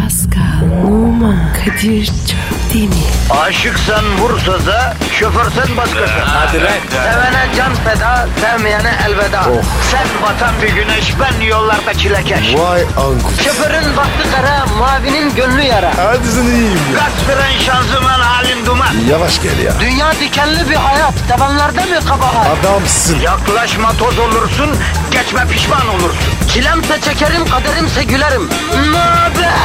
Pascal, Oman, Kadir çok değil mi? Aşıksan vursa da, şoförsen başkasın. Hadi lan. Sevene can feda, sevmeyene elveda. Sen batan bir güneş, ben yollarda çilekeş. Vay anku. Şoförün baktı kara, mavinin gönlü yara. Hadi sen iyiyim ya. Kasperen şanzıman halin duman. Yavaş gel ya. Dünya dikenli bir hayat, sevenlerde mi kabahar? Adamsın. Yaklaşma toz olursun, geçme pişman olursun. Çilemse çekerim, kaderimse gülerim. Möber!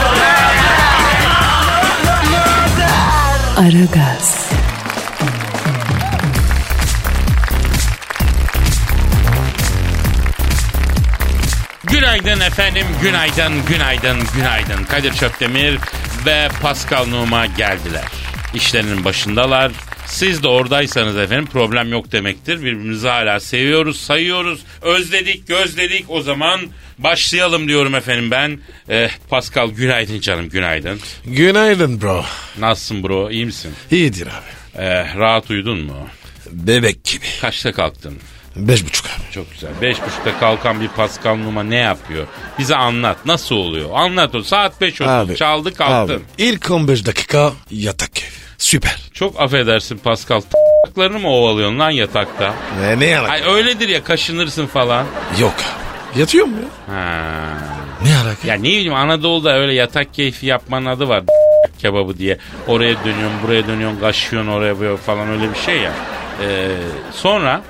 Aragaz. Günaydın efendim, günaydın. Kadir Çöptemir ve Pascal Numa geldiler. İşlerinin başındalar. Siz de oradaysanız efendim problem yok demektir. Birbirimizi hala seviyoruz, sayıyoruz, özledik, gözledik. O zaman başlayalım diyorum efendim ben. Pascal günaydın canım, günaydın. Günaydın bro. Nasılsın bro, iyi misin? İyidir abi. Rahat uyudun mu? Bebek gibi. Kaçta kalktın? 5.30 abi. Çok güzel. 5.30'da kalkan bir Pascal Numa ne yapıyor? Bize anlat. Nasıl oluyor? Anlat o. Saat 5 oldu. Abi, Çaldı kalktın. Abi, ilk 15 dakika yatak ev. Süper. Çok affedersin Pascal. T***larını mı ovalıyorsun lan yatakta? Ne yalan? Ay öyledir ya, kaşınırsın falan. Yok abi. Yatıyor mu ya? Ha. Ne alaka? Ya ne bileyim, Anadolu'da öyle yatak keyfi yapmanın adı var. Kebabı diye. Oraya dönüyorsun, buraya dönüyorsun, kaşıyorsun oraya böyle falan, öyle bir şey ya. Sonra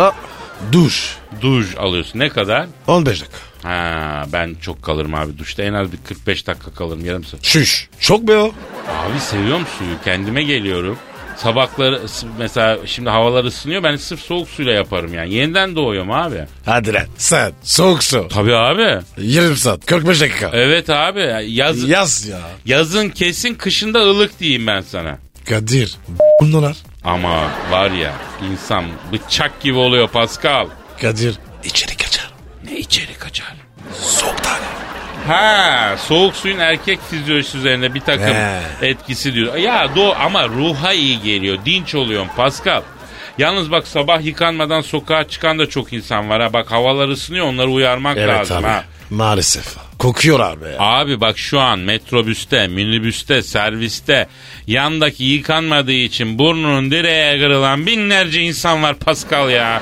duş alıyorsun. Ne kadar? 15 dakika. Ha, ben çok kalırım abi duşta. En az bir 45 dakika kalırım, yarım saat. Şuş. Çok be o. Abi seviyorum suyu. Kendime geliyorum. Sabahları mesela şimdi havalar ısınıyor. Ben sırf soğuk suyla yaparım yani. Yeniden doğuyorum abi. Hadi lan. Sen soğuk su. Tabii abi. 20 saat. 45 dakika. Evet abi. Yaz ya. Yazın kesin, kışında ılık diyeyim ben sana. Kadir. Bunlar. Ama var ya, insan bıçak gibi oluyor Pascal. Kadir. İçeri kaçar. Ne içeri kaçar? Soğuk tane. Ha, soğuk suyun erkek fizyolojisi üzerinde bir takım etkisi diyor. Ya ama ruha iyi geliyor. Dinç oluyorsun Pascal. Yalnız bak, sabah yıkanmadan sokağa çıkan da çok insan var ha. Bak havalar ısınıyor, onları uyarmak lazım abi. ha. Maalesef. Kokuyorlar be ya. Abi bak, şu an metrobüste, minibüste, serviste yandaki yıkanmadığı için burnunun direğe kırılan binlerce insan var Pascal ya.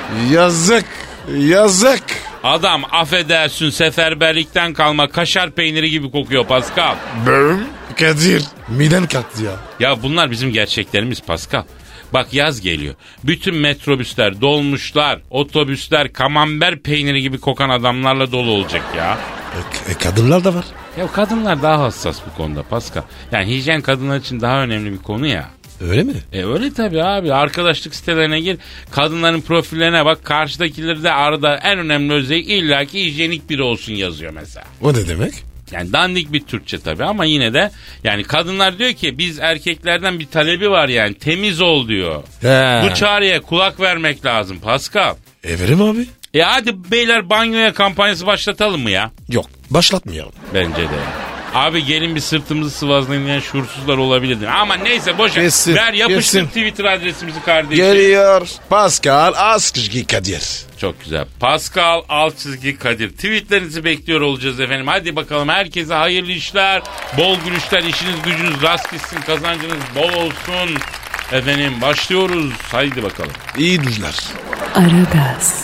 Yazık. Adam affedersin seferberlikten kalma kaşar peyniri gibi kokuyor Pascal. Kadir. Miden kalktı ya. Ya bunlar bizim gerçeklerimiz Pascal. Bak yaz geliyor. Bütün metrobüsler, dolmuşlar, otobüsler kamember peyniri gibi kokan adamlarla dolu olacak ya. Kadınlar da var. Ya kadınlar daha hassas bu konuda Pascal. Yani hijyen kadınlar için daha önemli bir konu ya. Öyle mi? Öyle tabii abi. Arkadaşlık sitelerine gir. Kadınların profillerine bak. Karşıdakileri de arada en önemli özellik illaki hijyenik biri olsun yazıyor mesela. O ne demek? Yani dandik bir Türkçe tabii ama yine de yani kadınlar diyor ki biz erkeklerden bir talebi var yani, temiz ol diyor. Bu çağrıya kulak vermek lazım Pascal. Verim abi. Hadi beyler banyoya kampanyası başlatalım mı ya? Yok, başlatmayalım. Bence de. Abi gelin bir sırtımızı sıvazlayan şuursuzlar olabilir. Ama neyse boş ver. Ver yapıştır Twitter adresimizi kardeşim. Geliyor Pascal Askışgi Kadir. Çok güzel. Pascal Askışgi Kadir. Tweetlerinizi bekliyor olacağız efendim. Hadi bakalım, herkese hayırlı işler, bol gülüşler, işiniz gücünüz rast gitsin, kazancınız bol olsun. Efendim başlıyoruz. Haydi bakalım. İyi düzler. Aragaz.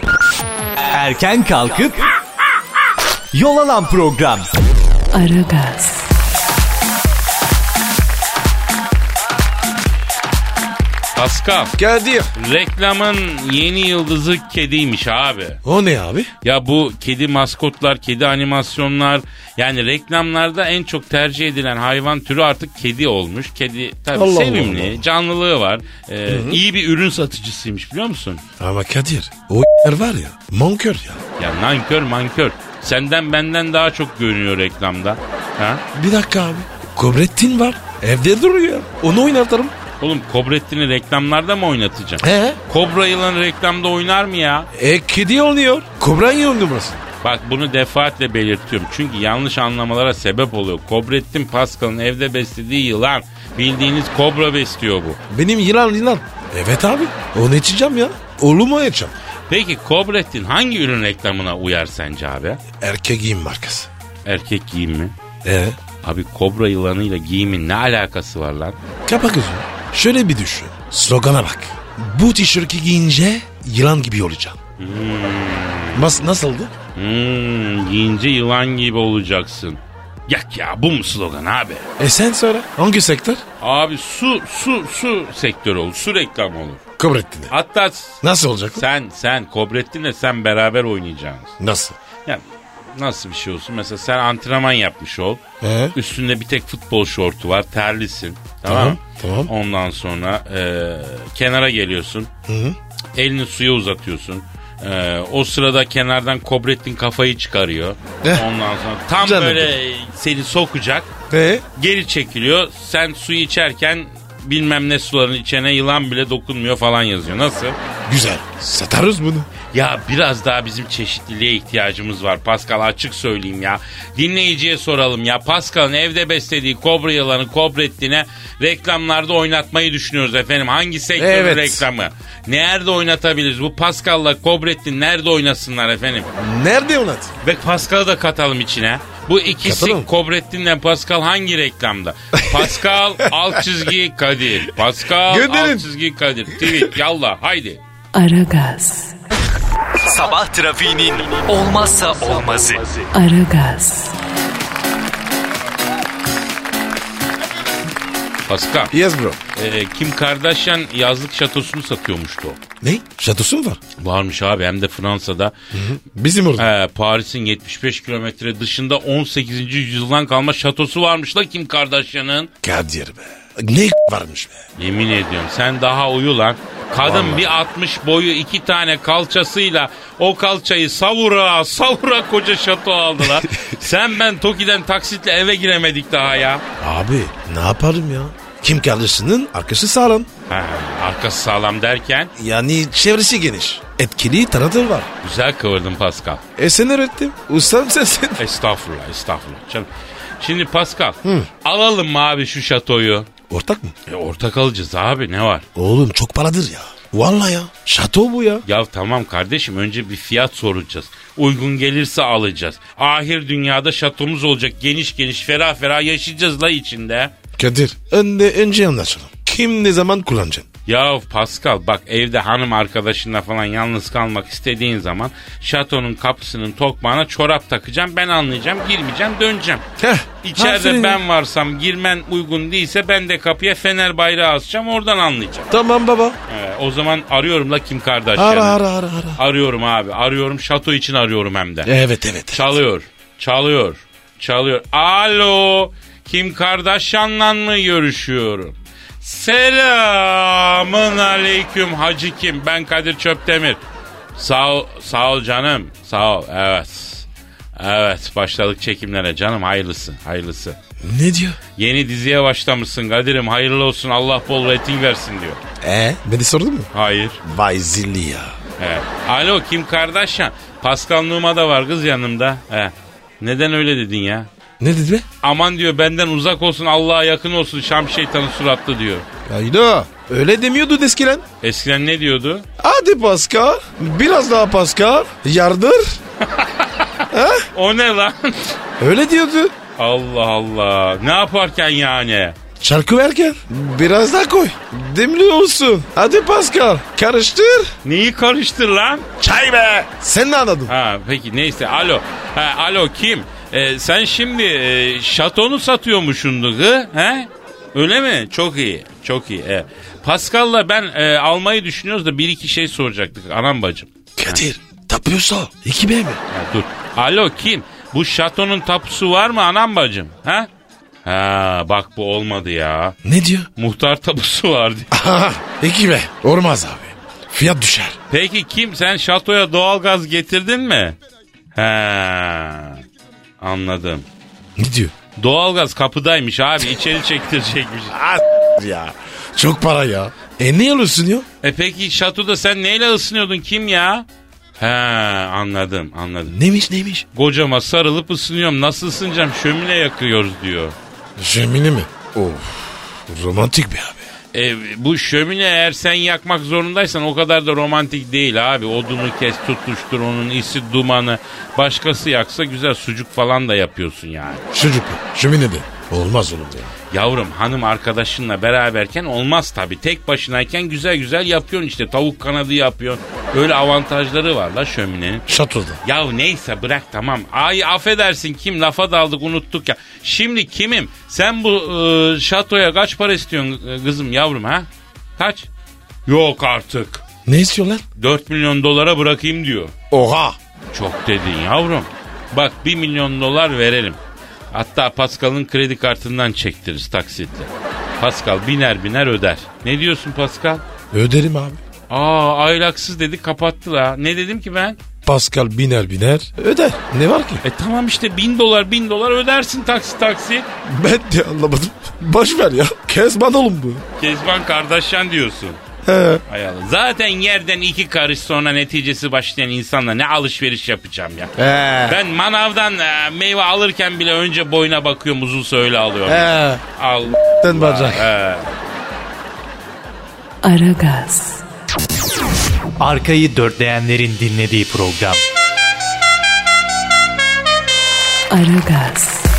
Erken kalkıp yol alan program. Aragaz. Pascal. Kadir. Reklamın yeni yıldızı kediymiş abi. O ne abi? Ya bu kedi maskotlar, kedi animasyonlar, yani reklamlarda en çok tercih edilen hayvan türü artık kedi olmuş. Kedi tabii Allah sevimli, Allah. Canlılığı var. İyi bir ürün satıcısıymış, biliyor musun? Ama Kadir, o var ya, mankör ya. Ya nankör mankör. Senden benden daha çok görünüyor reklamda. Ha? Bir dakika abi. Kobrettin var. Evde duruyor. Onu oynatırım. Oğlum Kobrettin'i reklamlarda mı oynatacaksın? Kobra yılanı reklamda oynar mı ya? Kedi oynuyor. Kobra yılan numarası. Bak bunu defaatle belirtiyorum. Çünkü yanlış anlamalara sebep oluyor. Kobrettin Pascal'ın evde beslediği yılan. Bildiğiniz kobra besliyor bu. Benim yılan. Evet abi. Onu içeceğim ya. Oğlumu içeceğim. Peki Kobrettin hangi ürün reklamına uyar sence abi? Erkek giyim markası. Erkek giyim mi? Abi kobra yılanıyla giyimin ne alakası var lan? Kapa gözünü. Şöyle bir düşün. Slogana bak. Bu tişörtü giyince yılan gibi olacağım. Nasıldı? Giyince yılan gibi olacaksın. Yak ya, bu mu slogan abi? Sen söyle. Hangi sektör? Abi su sektörü olur. Su reklamı olur. Kobrettin'e. Hatta Nasıl olacak? sen Kobrettin'le sen beraber oynayacaksınız. Nasıl? Ya nasıl bir şey olsun? Mesela sen antrenman yapmış ol. Üstünde bir tek futbol şortu var. Terlisin. Tamam. Ondan sonra kenara geliyorsun. Elini suya uzatıyorsun. O sırada kenardan Kobrettin kafayı çıkarıyor. Ondan sonra tam Canım böyle seni sokacak. Geri çekiliyor. Sen suyu içerken bilmem ne suların içine yılan bile dokunmuyor falan yazıyor. Nasıl? Güzel. Satarız bunu. Ya biraz daha bizim çeşitliliğe ihtiyacımız var Pascal, açık söyleyeyim ya. Dinleyiciye soralım ya. Pascal'ın evde beslediği kobra yılanı Kobrettin'e reklamlarda oynatmayı düşünüyoruz efendim. Hangi sektörün reklamı? Nerede oynatabiliriz? Bu Pascal'la Kobrettin nerede oynasınlar efendim? Nerede oynat? Ve Pascal'ı da katalım içine. Bu ikisi Katalım. Kobrettin'le Pascal hangi reklamda? Pascal _ Kadir. Pascal _ Kadir. Tweet yallah haydi. Aragaz. Sabah trafiğinin olmazsa olmazı. Aragaz. Pascal. Yes bro. Kim Kardashian yazlık şatosunu satıyormuştu o. Ne? Şatosu mu var? Varmış abi, hem de Fransa'da. Bizim orada. Paris'in 75 kilometre dışında 18. yüzyıldan kalma şatosu varmış la Kim Kardashian'ın. Kadir be. Ne varmış be. Yemin ediyorum sen daha uyu lan. Kadın Vallahi. bir 60 boyu 2 tane kalçasıyla o kalçayı savura koca şato aldılar. Sen ben Toki'den taksitle eve giremedik daha ya. Abi ne yaparım ya? Kim kardeşinin arkası sağlam. Arkası sağlam derken? Yani çevresi geniş. Etkili tanıtır var. Güzel kıvırdın Pascal. Sen öğrettin. Ustam sensin. Estağfurullah canım. Şimdi Pascal alalım mı abi şu şatoyu? Ortak mı? Ortak alacağız abi, ne var? Oğlum çok paradır ya. Vallahi ya. Şato bu ya. Ya tamam kardeşim, önce bir fiyat soracağız. Uygun gelirse alacağız. Ahir dünyada şatomuz olacak, geniş ferah yaşayacağız la içinde. Kadir önce anlaşalım. Kim ne zaman kullanacaksın? Ya Pascal bak, evde hanım arkadaşınla falan yalnız kalmak istediğin zaman şatonun kapısının tokmağına çorap takacağım, ben anlayacağım, girmeyeceğim, döneceğim. İçeride aferin. ben varsam, girmen uygun değilse ben de kapıya fener bayrağı asacağım, oradan anlayacağım. Tamam baba. O zaman arıyorum la Kim Kardashian'ı. Ara. Arıyorum abi, arıyorum, şato için arıyorum hem de. Evet. Çalıyor. Alo, Kim Kardashian'la mı görüşüyorum? Selamın aleyküm Hacı Kim, ben Kadir Çöptemir. Sağ ol canım, sağ ol. Evet başladık çekimlere canım, hayırlısı. Ne diyor? Yeni diziye başlamışsın Kadir'im, hayırlı olsun, Allah bol reyting versin diyor. Beni sordun mu? Hayır. Vay zilli ya. Alo Kim Kardashian, Pascal Numa da var kız yanımda. Neden öyle dedin ya? Ne dedi be? Aman diyor, benden uzak olsun, Allah'a yakın olsun Şam şeytanı suratlı diyor. Hayda. Öyle demiyordu eskiden. Eskiden ne diyordu? Hadi Pascal. Biraz daha Pascal. Yardır. O ne lan? Öyle diyordu. Allah Allah. Ne yaparken yani? Şarkı verken biraz daha koy. Demli olsun. Hadi Pascal. Karıştır. Neyi karıştır lan? Çay be. Sen ne anladın? Peki neyse. Alo Kim? Sen şimdi şatonu satıyormuşsundu he? Öyle mi? Çok iyi. Pascal'la ben almayı düşünüyoruz da bir iki şey soracaktık anam bacım. Kadir. Tapıyorsa 2B mi? Dur. Alo Kim? Bu şatonun tapusu var mı anam bacım? Bak bu olmadı ya. Ne diyor? Muhtar tapusu vardı. 2B. Olmaz abi. Fiyat düşer. Peki Kim, sen şatoya doğalgaz getirdin mi? Anladım. Ne diyor? Doğalgaz kapıdaymış abi, içeri çektirecekmiş. Ya. Çok para ya. Ne alıyorsun ya? Peki şatoda sen neyle ısınıyordun Kim ya? Anladım. Neymiş? Kocama sarılıp ısınıyorum. Nasıl ısınacağım? Şömine yakıyoruz diyor. Şömine mi? Of. Romantik be abi. Bu şömine eğer sen yakmak zorundaysan o kadar da romantik değil abi. Odunu kes, tutuştur, onun isi dumanı. Başkası yaksa güzel sucuk falan da yapıyorsun yani. Sucuk mu? Şöminede. Olmaz oğlum ya. Yavrum hanım arkadaşınla beraberken olmaz tabii. Tek başınayken güzel güzel yapıyorsun işte. Tavuk kanadı yapıyorsun. Öyle avantajları var la şöminenin. Şatoda. Ya neyse bırak tamam. Ay affedersin kim lafa daldık unuttuk ya. Şimdi kimim? Sen bu şatoya kaç para istiyorsun kızım yavrum ha? Kaç? Yok artık. Ne istiyorlar? 4 milyon dolara bırakayım diyor. Oha. Çok dedin yavrum. Bak 1 milyon dolar verelim. Hatta Pascal'ın kredi kartından çektiririz taksitle. Pascal biner öder. Ne diyorsun Pascal? Öderim abi. Aylaksız dedik kapattılar. Ne dedim ki ben? Pascal biner öder. Ne var ki? Tamam işte 1000 dolar ödersin taksi. Ben de anlamadım. Boş ver ya. Kezban oğlum bu. Kezban kardeşen diyorsun. He. Hay Allah. Zaten yerden 2 karış sonra neticesi başlayan insanla ne alışveriş yapacağım ya. Ben manavdan meyve alırken bile önce boyuna bakıyorum uzunsa öyle alıyorum. Allah. Sen bacak. Aragaz. Arkayı dörtleyenlerin dinlediği program. Aragaz.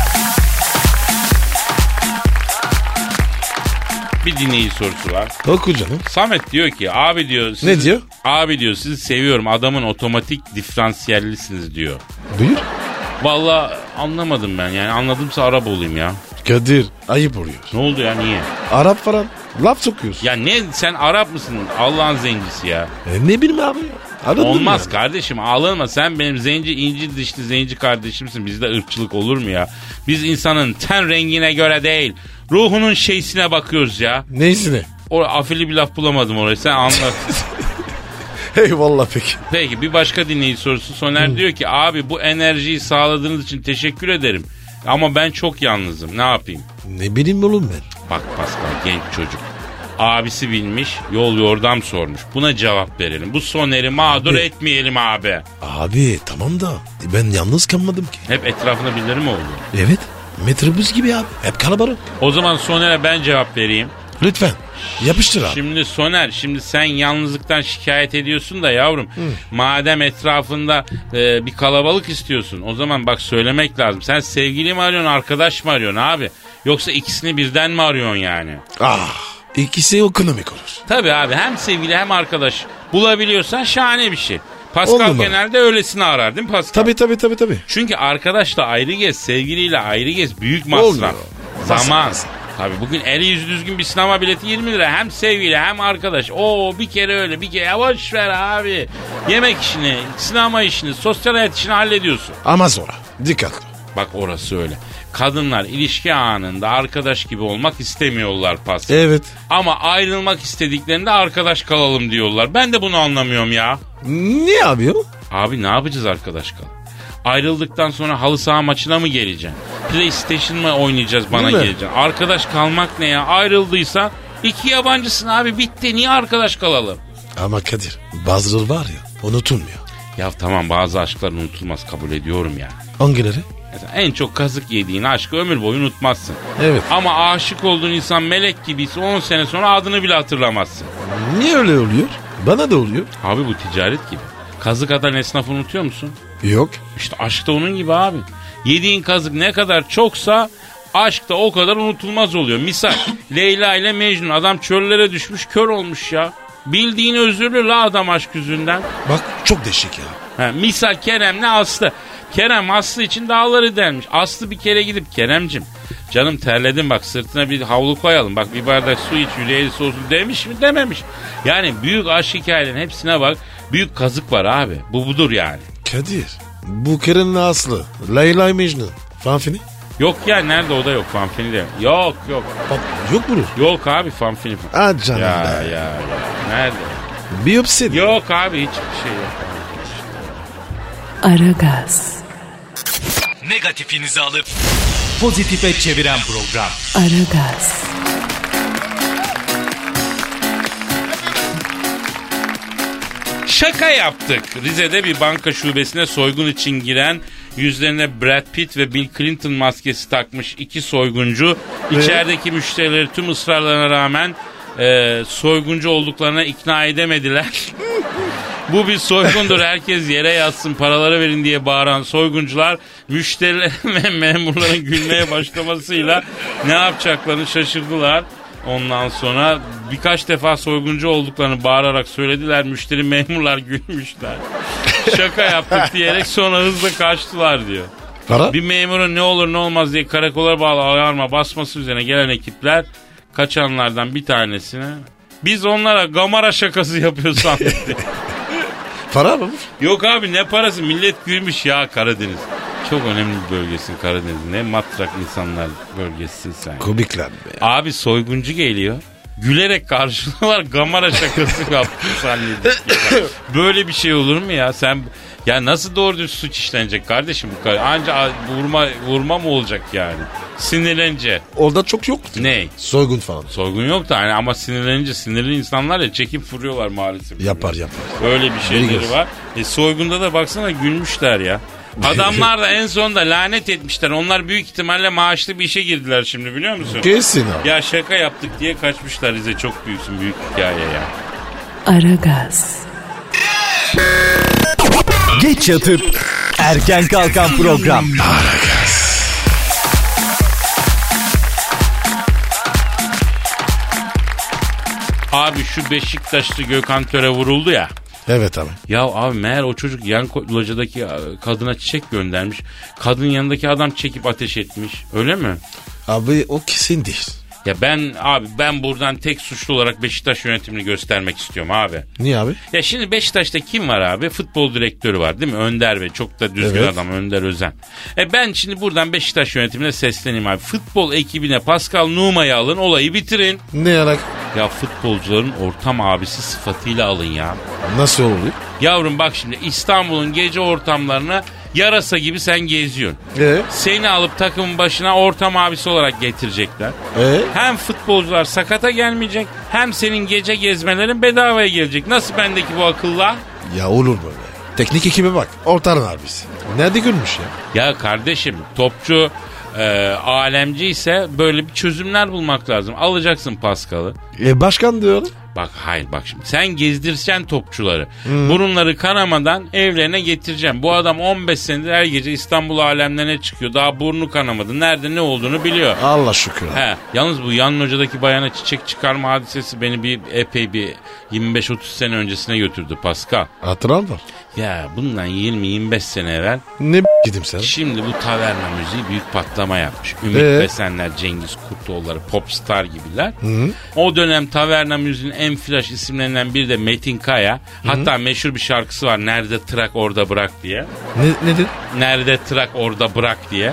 Bir dinleyici sorusu var. Oku canım. Samet diyor ki abi diyor. Ne diyor? Abi diyor sizi seviyorum adamın otomatik diferansiyellisiniz diyor. Buyur. Vallahi anlamadım ben yani anladımsa Arap olayım ya. Kadir ayıp oluyor. Ne oldu ya niye? Arap falan laf sokuyorsun. Ya ne sen Arap mısın Allah'ın zencisi ya? Ne bileyim abi. Anladın Olmaz yani. kardeşim ağlama sen benim zenci inci dişli zenci kardeşimsin bizde ırkçılık olur mu ya? Biz insanın ten rengine göre değil ruhunun şeysine bakıyoruz ya. Neysine? Afili bir laf bulamadım orayı sen anlat. Eyvallah peki. Peki bir başka dinleyici sorusu Soner diyor ki abi bu enerjiyi sağladığınız için teşekkür ederim. Ama ben çok yalnızım ne yapayım? Ne bileyim oğlum ben. Bak Pascal genç çocuk. Abisi bilmiş yol yordam sormuş. Buna cevap verelim. Bu Soner'i mağdur Abi. etmeyelim abi. Abi tamam da ben yalnız kalmadım ki. Hep etrafında birileri mi oldu? Evet. Metrobüs gibi abi. Hep kalabalık. O zaman Soner'e ben cevap vereyim. Lütfen. Yapıştır abi. Şimdi Soner sen yalnızlıktan şikayet ediyorsun da yavrum. Madem etrafında bir kalabalık istiyorsun. O zaman bak söylemek lazım. Sen sevgili mi arıyorsun arkadaş mı arıyorsun abi? Yoksa ikisini birden mi arıyorsun yani? İkisi ekonomik olur. Tabii abi hem sevgili hem arkadaş bulabiliyorsan şahane bir şey. Pascal Oldu genelde öylesini arar değil mi Pascal? Tabii. Çünkü arkadaşla ayrı gez, sevgiliyle ayrı gez büyük masraf. Olmuyor. Zaman. Tabii bugün eli yüzü düzgün bir sinema bileti 20 lira. Hem sevgili hem arkadaş. Bir kere öyle bir kere yavaş ver abi. Yemek işini, sinema işini, sosyal hayat işini hallediyorsun. Ama sonra dikkatli. Bak orası öyle. Kadınlar ilişki anında arkadaş gibi olmak istemiyorlar Pascal. Evet. Ama ayrılmak istediklerinde arkadaş kalalım diyorlar. Ben de bunu anlamıyorum ya. Niye abi o? Abi ne yapacağız arkadaş kal? Ayrıldıktan sonra halı saha maçına mı geleceksin? PlayStation mı oynayacağız bana geleceksin? Arkadaş kalmak ne ya? Ayrıldıysa 2 yabancısın abi bitti. Niye arkadaş kalalım? Ama Kadir bazıları var ya unutulmuyor. Ya tamam bazı aşklar unutulmaz kabul ediyorum ya. Hangileri? Mesela en çok kazık yediğin aşkı ömür boyu unutmazsın. Evet. Ama aşık olduğun insan melek gibiyse 10 sene sonra adını bile hatırlamazsın. Niye öyle oluyor? Bana da oluyor. Abi bu ticaret gibi. Kazık atan esnafı unutuyor musun? Yok. İşte aşk da onun gibi abi. Yediğin kazık ne kadar çoksa aşk da o kadar unutulmaz oluyor. Misal Leyla ile Mecnun adam çöllere düşmüş kör olmuş ya. Bildiğin özürlü la adam aşk yüzünden. Bak çok değişik ya. Misal Kerem'le Aslı. Kerem Aslı için dağları delmiş. Aslı bir kere gidip Kerem'cim canım terledim bak sırtına bir havlu koyalım. Bak bir bardak su iç yüreği soğusun demiş mi dememiş. Yani büyük aşk hikayelerinin hepsine bak. Büyük kazık var abi. Bu budur yani. Kadir bu Kerem'le Aslı Leyla Mecnun fanfini. Yok ya nerede o da yok fanfini de. Yok. Bak yok mu? Yok abi fanfini. Ah canım Ya. Nerede? Bir öpsün. Yok abi hiçbir şey yok. Aragaz. Negatifinizi alıp pozitife çeviren program. Aragaz. Şaka yaptık. Rize'de bir banka şubesine soygun için giren yüzlerine Brad Pitt ve Bill Clinton maskesi takmış 2 soyguncu içerideki müşterileri tüm ısrarlarına rağmen soyguncu olduklarına ikna edemediler. Bu bir soygundur, herkes yere yatsın, paraları verin diye bağıran soyguncular müşterilerin ve memurların gülmeye başlamasıyla ne yapacaklarını şaşırdılar. Ondan sonra birkaç defa soyguncu olduklarını bağırarak söylediler. Müşteri memurlar gülmüşler. Şaka yaptık diyerek sonra hızla kaçtılar diyor. Para? Bir memurun ne olur ne olmaz diye karakola bağlı alarma basması üzerine gelen ekipler kaçanlardan bir tanesine biz onlara gamara şakası yapıyor sandık. Para mı? Yok abi ne parası, millet gülmüş ya. Karadeniz çok önemli bir bölgesin Karadeniz. Ne matrak insanlar bölgesisin sen. Komikler be. Abi soyguncu geliyor. Gülerek karşılıyorlar, gamara şakası yaptı zannediyor. Böyle bir şey olur mu ya? Sen ya nasıl doğru düz suç işlenecek kardeşim bu kadar? Anca vurma mı olacak yani? Sinirlenince. Orada çok yok. Ne? Soygun falan. Soygun yok da hani ama sinirlenince sinirli insanlar ya çekip vuruyorlar maalesef. Yapar. Öyle bir şeyleri var. Soygunda da baksana gülmüşler ya. Adamlar da en sonunda lanet etmişler. Onlar büyük ihtimalle maaşlı bir işe girdiler şimdi, biliyor musun? Kesin abi. Ya şaka yaptık diye kaçmışlar. Rize çok büyüksün, büyük hikaye ya. Aragaz. Geç yatıp erken kalkan program. Abi şu Beşiktaşlı Gökhan Töre vuruldu ya. Evet abi. Ya abi meğer o çocuk yan locadaki kadına çiçek göndermiş. Kadın yanındaki adam çekip ateş etmiş. Öyle mi? Abi o kesin değil. Ya ben buradan tek suçlu olarak Beşiktaş yönetimini göstermek istiyorum abi. Niye abi? Ya şimdi Beşiktaş'ta kim var abi? Futbol direktörü var değil mi? Önder Bey, çok da düzgün Evet. adam, Önder Özen. Ben şimdi buradan Beşiktaş yönetimine sesleneyim abi. Futbol ekibine Pascal Numa'yı alın, olayı bitirin. Ne alak? Ya futbolcuların ortam abisi sıfatıyla alın ya. Nasıl oluyor? Yavrum bak şimdi İstanbul'un gece ortamlarına yarasa gibi sen geziyorsun. Seni alıp takımın başına ortam abisi olarak getirecekler. Hem futbolcular sakata gelmeyecek, hem senin gece gezmelerin bedavaya gelecek. Nasıl bendeki bu akılla? Ya olur böyle. Teknik ekibe bak. Ortanın abisi. Nerede görmüş ya? Ya kardeşim topçu alemci ise böyle bir çözümler bulmak lazım. Alacaksın Pascal'ı. Başkan diyor. Bak hayır bak şimdi sen gezdireceksin topçuları. Burunları kanamadan evlerine getireceksin. Bu adam 15 senedir her gece İstanbul alemlerine çıkıyor. Daha burnu kanamadı. Nerede ne olduğunu biliyor. Allah şükür. Yalnız bu yan hocadaki bayana çiçek çıkarma hadisesi beni epey bir 25-30 sene öncesine götürdü Pascal. Hatıran var. Ya bundan 20-25 sene evvel. Ne gidim sen? Şimdi bu taverna müziği büyük patlama yapmış. Ümit Besenler, Cengiz Kurtoğulları, Popstar gibiler. O dönem taverna müziğinin en flash isimlerinden biri de Metin Kaya. Hatta meşhur bir şarkısı var. Nerede trak orada bırak diye. Nedir? Nerede trak orada bırak diye.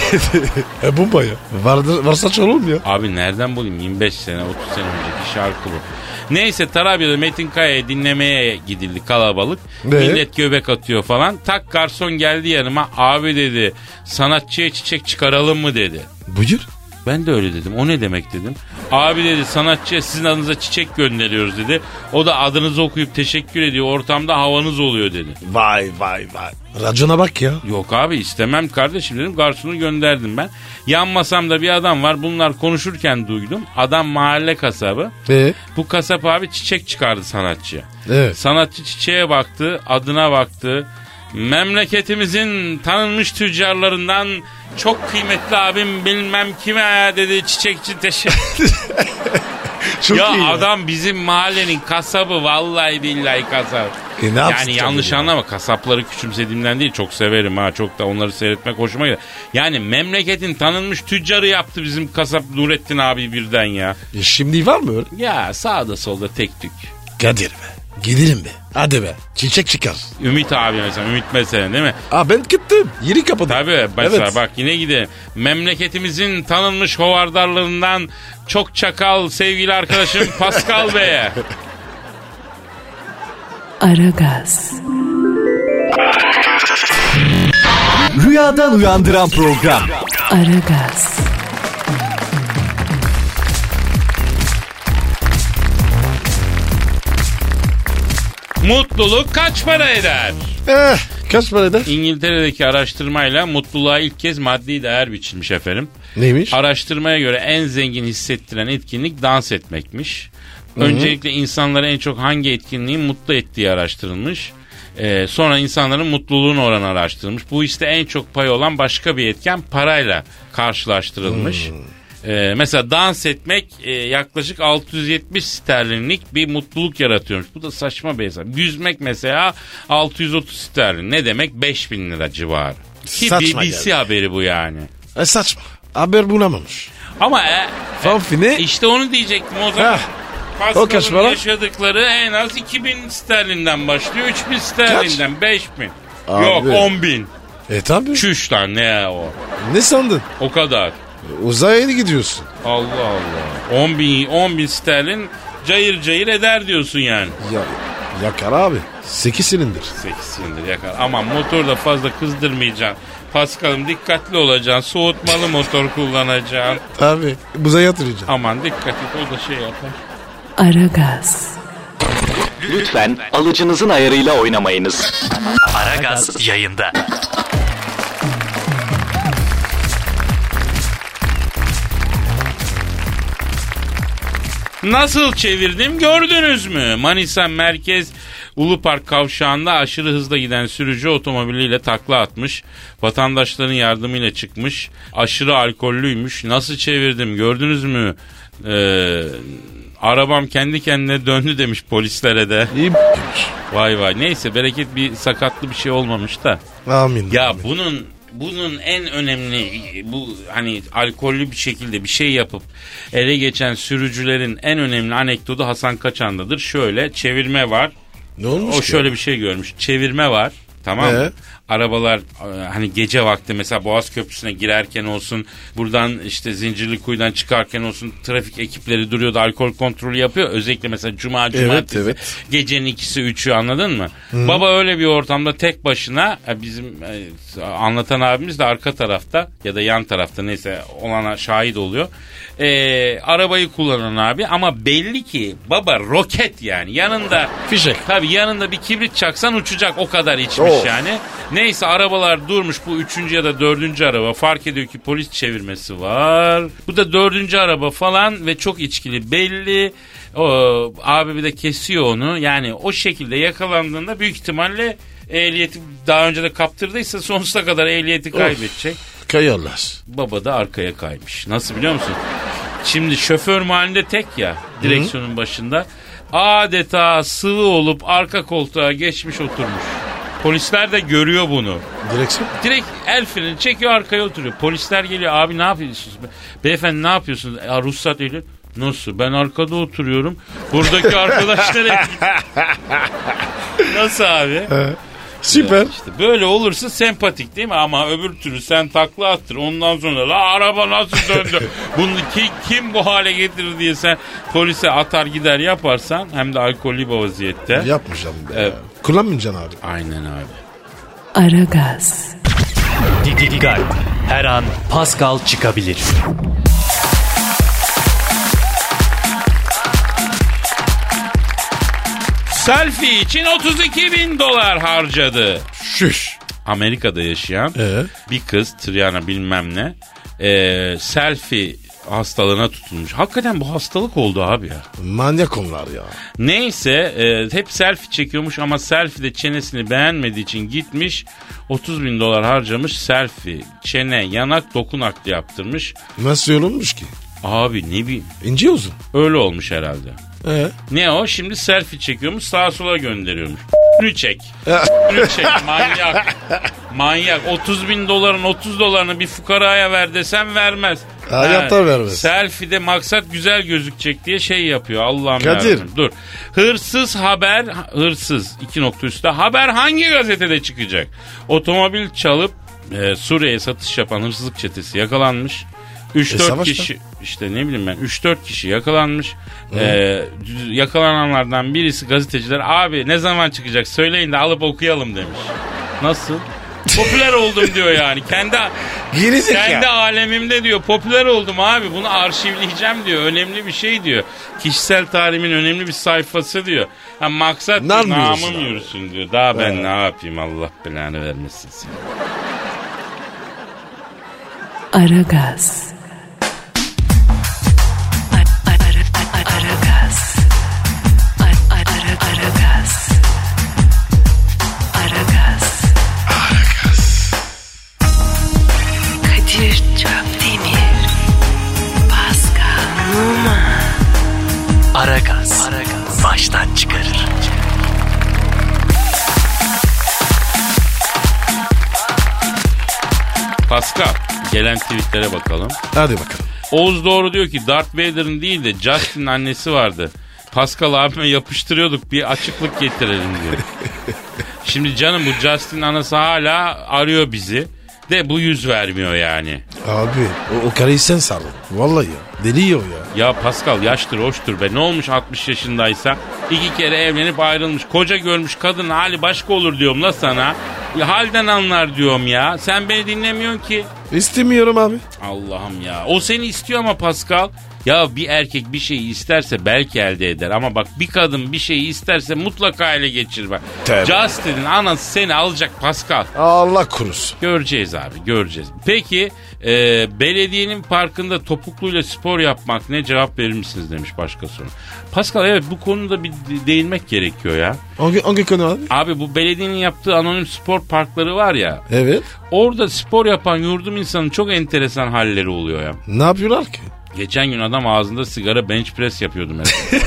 Bomba ya. Varsa çalır mı ya? Abi nereden bulayım? 25 sene 30 sene önceki şarkı bu. Neyse Tarabya'da Metin Kaya'yı dinlemeye gidildi kalabalık. Millet göbek atıyor falan. Tak garson geldi yanıma. Abi dedi sanatçıya çiçek çıkaralım mı dedi. Buyur. Ben de öyle dedim. O ne demek dedim. Abi dedi sanatçıya sizin adınıza çiçek gönderiyoruz dedi. O da adınızı okuyup teşekkür ediyor. Ortamda havanız oluyor dedi. Vay. Racona bak ya. Yok abi istemem kardeşim dedim. Garsonu gönderdim ben. Yan masamda bir adam var. Bunlar konuşurken duydum. Adam mahalle kasabı. Bu kasap abi çiçek çıkardı sanatçıya. Evet. Sanatçı çiçeğe baktı. Adına baktı. Memleketimizin tanınmış tüccarlarından çok kıymetli abim bilmem kime dedi çiçekçi teşekkür. Ya adam bizim mahallenin kasabı vallahi billahi kasabı. Yani yanlış anlama, kasapları küçümsediğimden değil, çok severim ha, çok da onları seyretmek hoşuma gider. Yani memleketin tanınmış tüccarı yaptı bizim kasap Nurettin abi birden ya. Şimdi var mı öyle? Ya sağda solda tek tük. Kadir be. Gidelim be. Hadi be. Çiçek çıkar. Ümit abi mesela, Ümit mesela değil mi? Ben gittim. Yeri kapadım. Tabii mesela bak yine gidelim. Memleketimizin tanınmış hovardarlarından çok çakal sevgili arkadaşım Pascal Bey'e. Aragaz. Rüyadan uyandıran program. Aragaz. Mutluluk kaç para eder? Kaç para eder? İngiltere'deki araştırmayla mutluluğa ilk kez maddi değer biçilmiş efendim. Neymiş? Araştırmaya göre en zengin hissettiren etkinlik dans etmekmiş. Öncelikle insanları en çok hangi etkinliğin mutlu ettiği araştırılmış. Sonra insanların mutluluğun oranı araştırılmış. Bu işte en çok pay olan başka bir etken parayla karşılaştırılmış. Mesela dans etmek yaklaşık 670 sterlinlik bir mutluluk yaratıyormuş. Bu da saçma bir hesap. Yüzmek mesela 630 sterlin. Ne demek? 5000 lira civarı. Ki Saçma BBC geldi. haberi bu yani. Saçma. Haber bulamamış. Ama Fanfine. işte onu diyecektim o zaman. Heh. O kaç Pascal'ın para? yaşadıkları en az 2000 sterlinden başlıyor. 3000 sterlinden 5000. Abi. Yok 10.000. Tabii. Çüş lan ne o? Ne sandın? O kadar. Uzaya gidiyorsun. Allah Allah. 10.000 sterlin cayır cayır eder diyorsun yani. Ya yakar abi. 8 silindir. 8 silindir yakar. Aman motor da fazla kızdırmayacaksın. Paskal'ım dikkatli olacaksın. Soğutmalı motor kullanacaksın. Abi uzaya yatıracaksın. Aman dikkat et o da şey yapar. Aragaz, Lütfen alıcınızın ayarıyla oynamayınız. Aragaz yayında. Nasıl çevirdim gördünüz mü? Manisa Merkez Ulupark kavşağında aşırı hızla giden sürücü otomobiliyle takla atmış. Vatandaşların yardımıyla çıkmış. Aşırı alkollüymüş. Nasıl çevirdim gördünüz mü? Arabam kendi kendine döndü demiş polislere de. İyi demiş. Vay vay neyse bereket bir sakatlı bir şey olmamış da. Amin. Ya amin. bunun en önemli bu hani alkollü bir şekilde bir şey yapıp ele geçen sürücülerin en önemli anekdotu Hasan Kaçan'dadır. Şöyle çevirme var. Ne olmuş O ki? şöyle bir şey görmüş. Çevirme var. Tamam mı? Arabalar hani gece vakti mesela Boğaz Köprüsü'ne girerken olsun, buradan işte Zincirlikuyu'dan çıkarken olsun trafik ekipleri duruyordu, alkol kontrolü yapıyor. Özellikle mesela cumartesi evet. gecenin 2'si 3'ü anladın mı? Baba öyle bir ortamda tek başına bizim anlatan abimiz de arka tarafta ya da yan tarafta neyse olana şahit oluyor. Arabayı kullanan abi ama belli ki baba roket yani yanında Fişek. tabii yanında bir kibrit çaksan uçacak o kadar içmiş Oh. yani. Neyse arabalar durmuş bu 3. ya da 4. araba fark ediyor ki polis çevirmesi var. Bu da 4. araba falan ve çok içkili belli. Abi bir de kesiyor onu yani o şekilde yakalandığında büyük ihtimalle ehliyeti daha önce de kaptırdıysa sonsuza kadar ehliyeti kaybedecek. Kayarlar. Baba da arkaya kaymış. Nasıl biliyor musun? Şimdi şoför mahallinde tek ya direksiyonun başında. Adeta sıvı olup arka koltuğa geçmiş oturmuş. Polisler de görüyor bunu. Direksiyon. Direkt el freni çekiyor arkaya oturuyor. Polisler geliyor abi ne yapıyorsunuz? Beyefendi ne yapıyorsunuz? Ruhsat ehliyet. Nasıl? Ben arkada oturuyorum. Buradaki arkadaşlar Nasıl abi? Süper. İşte böyle olursa sempatik değil mi? Ama öbür türlü sen takla attır. Ondan sonra la araba nasıl döndü? Bunu kim bu hale getirir diye sen polise atar gider yaparsan hem de alkollü bir vaziyette. Yapmayacağım be. Evet. Kullanmayacaksın abi. Aynen abi. Aragaz, Dikkat. Her an Pascal çıkabilir. Selfie için $32.000 harcadı. Şüş. Amerika'da yaşayan bir kız Triana bilmem ne selfie hastalığına tutulmuş. Hakikaten bu hastalık oldu abi ya. Manyak onlar ya. Neyse hep selfie çekiyormuş ama selfie'de çenesini beğenmediği için gitmiş $30.000 harcamış selfie, çene, yanak, doku nakli yaptırmış. Nasıl yorulmuş ki? Abi ne bileyim İnce uzun. öyle olmuş herhalde. Ne o şimdi selfie çekiyormuş sağa sola gönderiyormuş. Bunu çek. Bunu çek manyak. Manyak $30.000 $30 bir fukaraya ver desem vermez. Hayatta vermez. Selfie'de maksat güzel gözükecek diye şey yapıyor Allah'ım Kadir. yarabbim. Dur. Hırsız haber 2 nokta üstte haber hangi gazetede çıkacak? Otomobil çalıp Suriye'ye satış yapan hırsızlık çetesi yakalanmış. 3-4 kişi işte ne bileyim ben 3-4 kişi yakalanmış. Yakalananlardan birisi gazeteciler abi ne zaman çıkacak söyleyin de alıp okuyalım demiş. Nasıl? Popüler oldum diyor yani. Kendi alemimde diyor. Popüler oldum abi. Bunu arşivleyeceğim diyor. Önemli bir şey diyor. Kişisel tarihimin önemli bir sayfası diyor. Ha, maksat namım yürüsün diyor. Daha ben ne yapayım, Allah belanı vermesin seni. Aragaz. Kadir Çöpdemir, Pascal Numa. Aragaz. Baştan çıkarır. Pascal, gelen tweetlere bakalım. Hadi bakalım. Oğuz Doğru diyor ki Darth Vader'ın değil de Justin'in annesi vardı. Pascal abime yapıştırıyorduk, bir açıklık getirelim diyor. Şimdi canım, bu Justin'in anası hala arıyor bizi. De bu yüz vermiyor yani. Abi o karıyı sen sardın. Vallahi ya. Deliyor ya. Ya Pascal, yaştır hoştur be. Ne olmuş 60 yaşındaysa? 2 kere evlenip ayrılmış. Koca görmüş kadının hali başka olur diyorum la sana. Ya, halden anlar diyorum ya. Sen beni dinlemiyorsun ki. İstemiyorum abi. Allah'ım ya. O seni istiyor ama Pascal. Ya bir erkek bir şeyi isterse belki elde eder. Ama bak, bir kadın bir şeyi isterse mutlaka ele geçirir bak. Justin'in anası seni alacak Pascal. Allah korusun. Göreceğiz abi, göreceğiz. Peki belediyenin parkında topukluyla spor yapmak ne, cevap verir misiniz demiş başka soru. Pascal, evet, bu konuda bir değinmek gerekiyor ya. Hangi konu abi? Abi, bu belediyenin yaptığı anonim spor parkları var ya. Evet. Orada spor yapan yurdum insanın çok enteresan halleri oluyor ya. Ne yapıyorlar ki? Geçen gün adam ağzında sigara bench press yapıyordu mesela.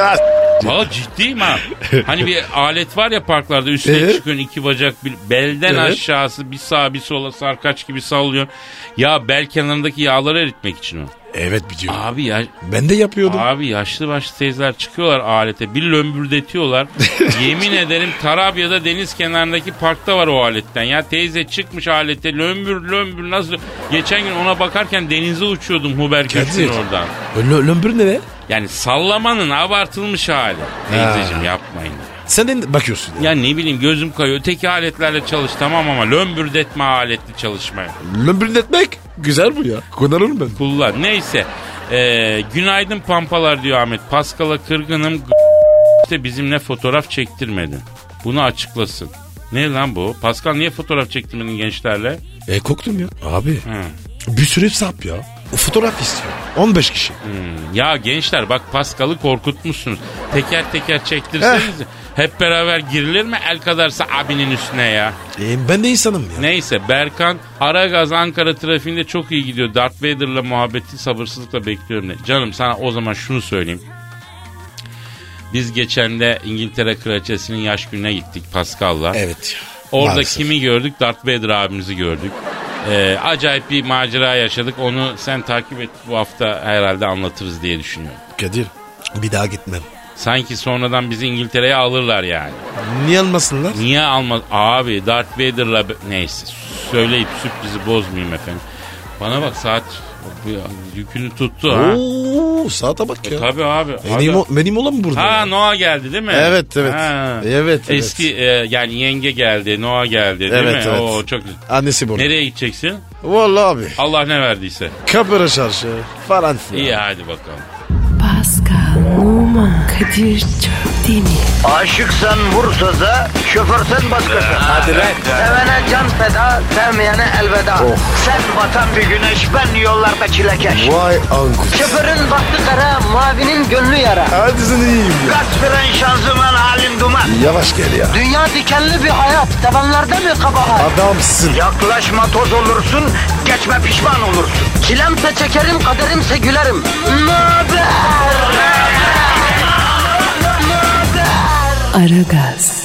Valla ciddiyim ha. Hani bir alet var ya parklarda, üstüne çıkıyorsun, 2 bacak belden aşağısı bir sağa bir sola sarkaç gibi sallıyor. Ya bel kenarındaki yağları eritmek için o. Evet, biliyorum. Abi ya. Ben de yapıyordum. Abi yaşlı başlı teyzeler çıkıyorlar alete, bir lömbürdetiyorlar. Yemin ederim Tarabya'da deniz kenarındaki parkta var o aletten. Ya teyze çıkmış alete, lömbür nasıl. Geçen gün ona bakarken denize uçuyordum Huber Köşk'ün oradan. Lömbür ne be? Yani sallamanın abartılmış hali. Teyzeciğim yapmayın. Sen de bakıyorsun. Ya ne bileyim, gözüm kayıyor. Öteki aletlerle çalış tamam ama lömbürdetme aletli çalışmaya. Lömbürdetmek güzel bu ya. Kullanırım ben. Kullan. Neyse. Günaydın pampalar diyor Ahmet. Pascal'a kırgınım. İşte bizimle fotoğraf çektirmedi. Bunu açıklasın. Ne lan bu? Pascal niye fotoğraf çektirmedin gençlerle? Korktum ya. Abi. Bir sürü sap ya. O fotoğraf istiyor. 15 kişi. Ya gençler bak, Pascal'ı korkutmuşsunuz. Teker teker çektirseniz hep beraber girilir mi el kadarsa abinin üstüne ya? Ben de insanım ya. Neyse, Berkan, Aragaz Ankara trafiğinde çok iyi gidiyor. Darth Vader'la muhabbeti sabırsızlıkla bekliyorum de. Canım, sana o zaman şunu söyleyeyim. Biz geçen de İngiltere Kraliçesi'nin yaş gününe gittik Pascal'la. Evet. Orada maalesef. kimi gördük? Darth Vader abimizi gördük. Acayip bir macera yaşadık. Onu sen takip et, bu hafta herhalde anlatırız diye düşünüyorum. Kadir, bir daha gitmem. Sanki sonradan bizi İngiltere'ye alırlar yani. Niye almasınlar? Niye almaz? Abi Darth Vader'la neyse, söyleyip sürprizi bozmayayım efendim. Bana bak, saat yükünü tuttu ha. Oo, saate bak ya. Tabii abi. Benim olan burada. Ha, Noah geldi değil mi? Evet. Ha. Evet. Eski yani yenge geldi, Noah geldi değil mi? Evet. Oo, çok güzel. Annesi burada. Nereye gideceksin? Vallahi abi. Allah ne verdiyse. Kapıra çarşı falan filan. İyi, hadi bakalım. Pascal, Numa, Kadir Çöpdemir. Aşıksan vursa da, şoförsen başkasın. Hadi lan. Sevene can feda, sevmeyene elveda. Sen batan bir güneş, ben yollarda çilekeş. Vay anku. Şoförün baktı kara, mavinin gönlü yara. Hadi sen iyiyim ya. Kasperen şanzıman halin duman. Yavaş gel ya. Dünya dikenli bir hayat, sevenlerde mi kabahar? Adamsın. Yaklaşma toz olursun, geçme pişman olursun. Çilemse çekerim, kaderimse gülerim. Möber! Aragaz.